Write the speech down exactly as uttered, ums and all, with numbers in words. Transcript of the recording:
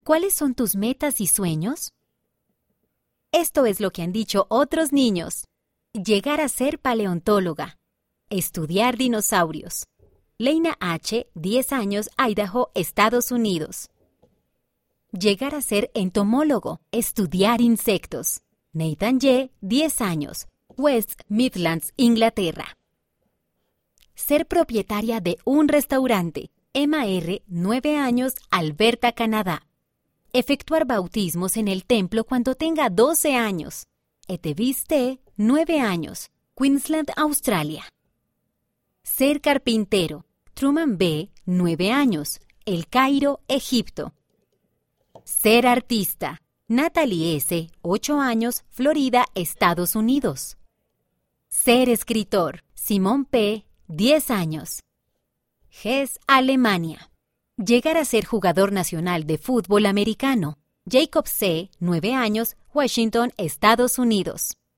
¿Cuáles son tus metas y sueños? Esto es lo que han dicho otros niños. Llegar a ser paleontóloga. Estudiar dinosaurios. Leina H., diez años, Idaho, Estados Unidos. Llegar a ser entomólogo. Estudiar insectos. Nathan Y., diez años, West Midlands, Inglaterra. Ser propietaria de un restaurante. Emma R., nueve años, Alberta, Canadá. Efectuar bautismos en el templo cuando tenga doce años. Etevis T., nueve años, Queensland, Australia. Ser carpintero. Truman B., nueve años, El Cairo, Egipto. Ser artista. Natalie S., ocho años, Florida, Estados Unidos. Ser escritor. Simón P., diez años. Hesse, Alemania. Llegar a ser jugador nacional de fútbol americano. Jacob C., nueve años, Washington, Estados Unidos.